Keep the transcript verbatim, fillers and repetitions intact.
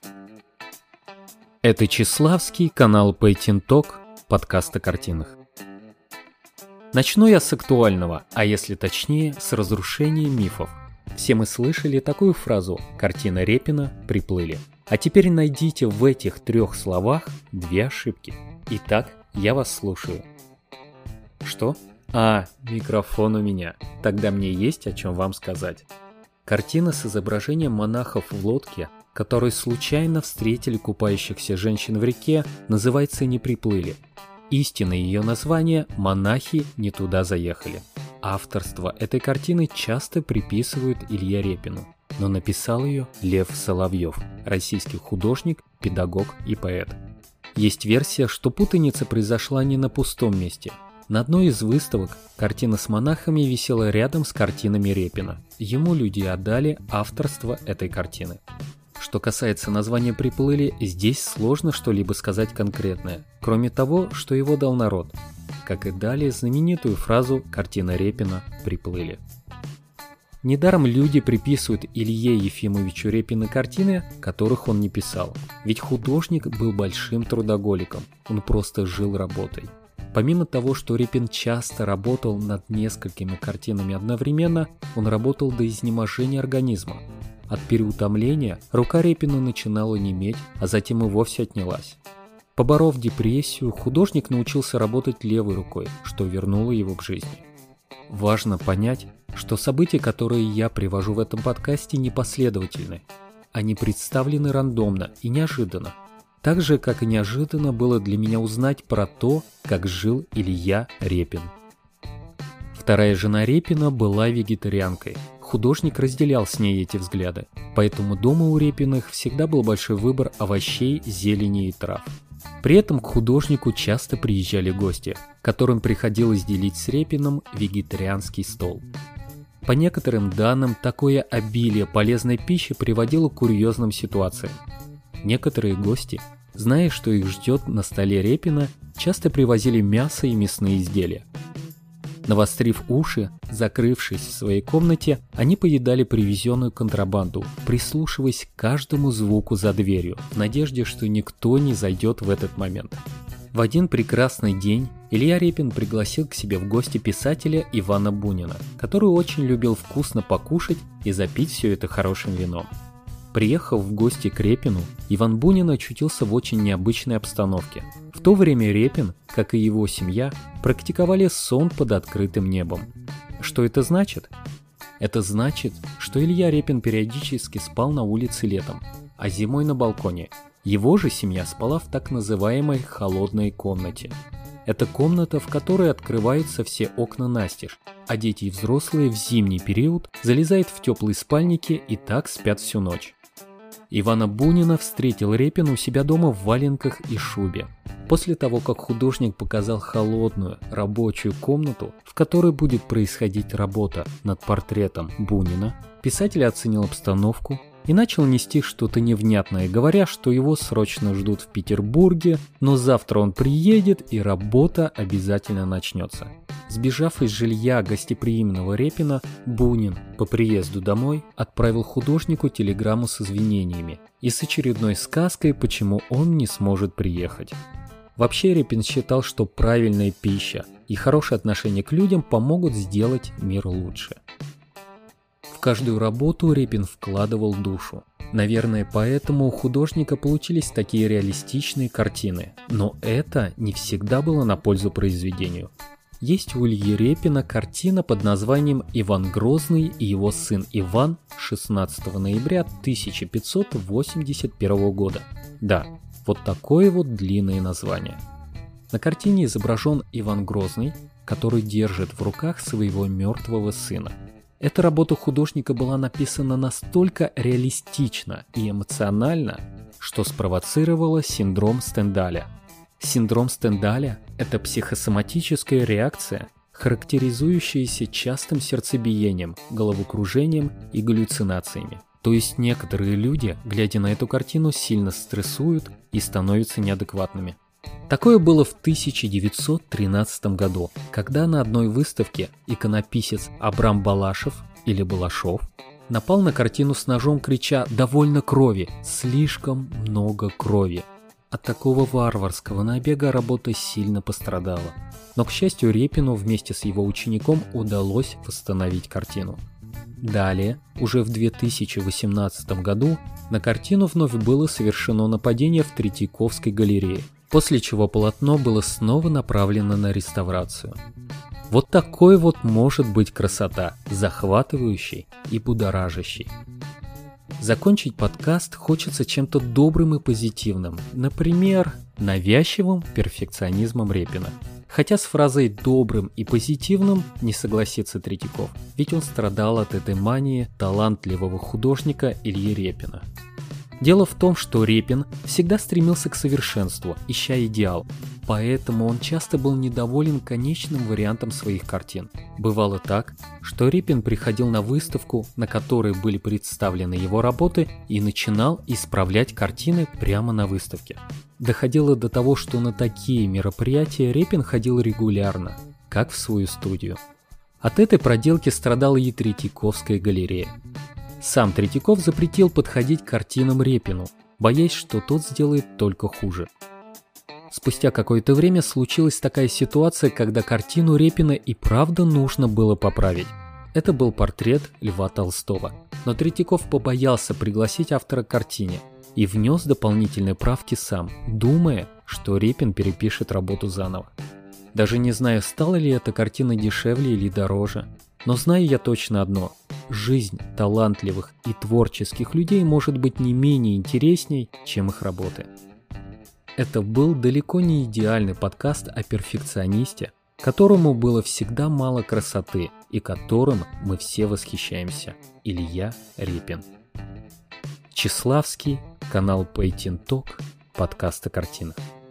Это Числавский, канал Painting Talk, подкаст о картинах. Начну я с актуального, а если точнее, с разрушения мифов. Все мы слышали такую фразу «картина Репина приплыли». А теперь найдите в этих трех словах две ошибки. Итак, я вас слушаю. Что? А, микрофон у меня. Тогда мне есть о чем вам сказать. Картина с изображением монахов в лодке, которые случайно встретили купающихся женщин в реке, называется «Не приплыли». Истинное ее название «Монахи не туда заехали». Авторство этой картины часто приписывают Илье Репину, но написал ее Лев Соловьев, российский художник, педагог и поэт. Есть версия, что путаница произошла не на пустом месте. На одной из выставок картина с монахами висела рядом с картинами Репина. Ему люди отдали авторство этой картины. Что касается названия «Приплыли», здесь сложно что-либо сказать конкретное, кроме того, что его дал народ. Как и далее знаменитую фразу «Картина Репина приплыли». Недаром люди приписывают Илье Ефимовичу Репину картины, которых он не писал. Ведь художник был большим трудоголиком, он просто жил работой. Помимо того, что Репин часто работал над несколькими картинами одновременно, он работал до изнеможения организма. От переутомления рука Репина начинала неметь, а затем и вовсе отнялась. Поборов депрессию, художник научился работать левой рукой, что вернуло его к жизни. Важно понять, что события, которые я привожу в этом подкасте, непоследовательны. Они представлены рандомно и неожиданно. Так же, как и неожиданно было для меня узнать про то, как жил Илья Репин. Вторая жена Репина была вегетарианкой. Художник разделял с ней эти взгляды, поэтому дома у Репиных всегда был большой выбор овощей, зелени и трав. При этом к художнику часто приезжали гости, которым приходилось делить с Репиным вегетарианский стол. По некоторым данным, такое обилие полезной пищи приводило к курьезным ситуациям. Некоторые гости, зная, что их ждет на столе Репина, часто привозили мясо и мясные изделия. Навострив уши, закрывшись в своей комнате, они поедали привезенную контрабанду, прислушиваясь к каждому звуку за дверью, в надежде, что никто не зайдет в этот момент. В один прекрасный день Илья Репин пригласил к себе в гости писателя Ивана Бунина, который очень любил вкусно покушать и запить все это хорошим вином. Приехав в гости к Репину, Иван Бунин очутился в очень необычной обстановке. В то время Репин, как и его семья, практиковали сон под открытым небом. Что это значит? Это значит, что Илья Репин периодически спал на улице летом, а зимой на балконе. Его же семья спала в так называемой холодной комнате. Это комната, в которой открываются все окна настежь, а дети и взрослые в зимний период залезают в теплые спальники и так спят всю ночь. Ивана Бунина встретил Репин у себя дома в валенках и шубе. После того, как художник показал холодную рабочую комнату, в которой будет происходить работа над портретом Бунина, писатель оценил обстановку и начал нести что-то невнятное, говоря, что его срочно ждут в Петербурге, но завтра он приедет и работа обязательно начнется. Сбежав из жилья гостеприимного Репина, Бунин по приезду домой отправил художнику телеграмму с извинениями и с очередной сказкой, почему он не сможет приехать. Вообще Репин считал, что правильная пища и хорошее отношение к людям помогут сделать мир лучше. В каждую работу Репин вкладывал душу. Наверное, поэтому у художника получились такие реалистичные картины, но это не всегда было на пользу произведению. Есть у Ильи Репина картина под названием «Иван Грозный и его сын Иван» шестнадцатого ноября тысяча пятьсот восемьдесят первого года. Да, вот такое вот длинное название. На картине изображен Иван Грозный, который держит в руках своего мертвого сына. Эта работа художника была написана настолько реалистично и эмоционально, что спровоцировала синдром Стендаля. Синдром Стендаля – это психосоматическая реакция, характеризующаяся частым сердцебиением, головокружением и галлюцинациями. То есть некоторые люди, глядя на эту картину, сильно стрессуют и становятся неадекватными. Такое было в тысяча девятьсот тринадцатом году, когда на одной выставке иконописец Абрам Балашев или Балашов напал на картину с ножом, крича «Довольно крови! Слишком много крови!». От такого варварского набега работа сильно пострадала. Но, к счастью, Репину вместе с его учеником удалось восстановить картину. Далее, уже в две тысячи восемнадцатом году, на картину вновь было совершено нападение в Третьяковской галерее, после чего полотно было снова направлено на реставрацию. Вот такой вот может быть красота, захватывающей и будоражащей. Закончить подкаст хочется чем-то добрым и позитивным, например, навязчивым перфекционизмом Репина. Хотя с фразой «добрым» и «позитивным» не согласится Третьяков, ведь он страдал от этой мании талантливого художника Ильи Репина. Дело в том, что Репин всегда стремился к совершенству, ища идеал, поэтому он часто был недоволен конечным вариантом своих картин. Бывало так, что Репин приходил на выставку, на которой были представлены его работы, и начинал исправлять картины прямо на выставке. Доходило до того, что на такие мероприятия Репин ходил регулярно, как в свою студию. От этой проделки страдала и Третьяковская галерея. Сам Третьяков запретил подходить к картинам Репину, боясь, что тот сделает только хуже. Спустя какое-то время случилась такая ситуация, когда картину Репина и правда нужно было поправить. Это был портрет Льва Толстого, но Третьяков побоялся пригласить автора к картине и внес дополнительные правки сам, думая, что Репин перепишет работу заново. Даже не знаю, стала ли эта картина дешевле или дороже, но знаю я точно одно – жизнь талантливых и творческих людей может быть не менее интересней, чем их работы. Это был далеко не идеальный подкаст о перфекционисте, которому было всегда мало красоты и которым мы все восхищаемся – Илья Репин. Числавский, канал Painting Talk, подкаст о картинах.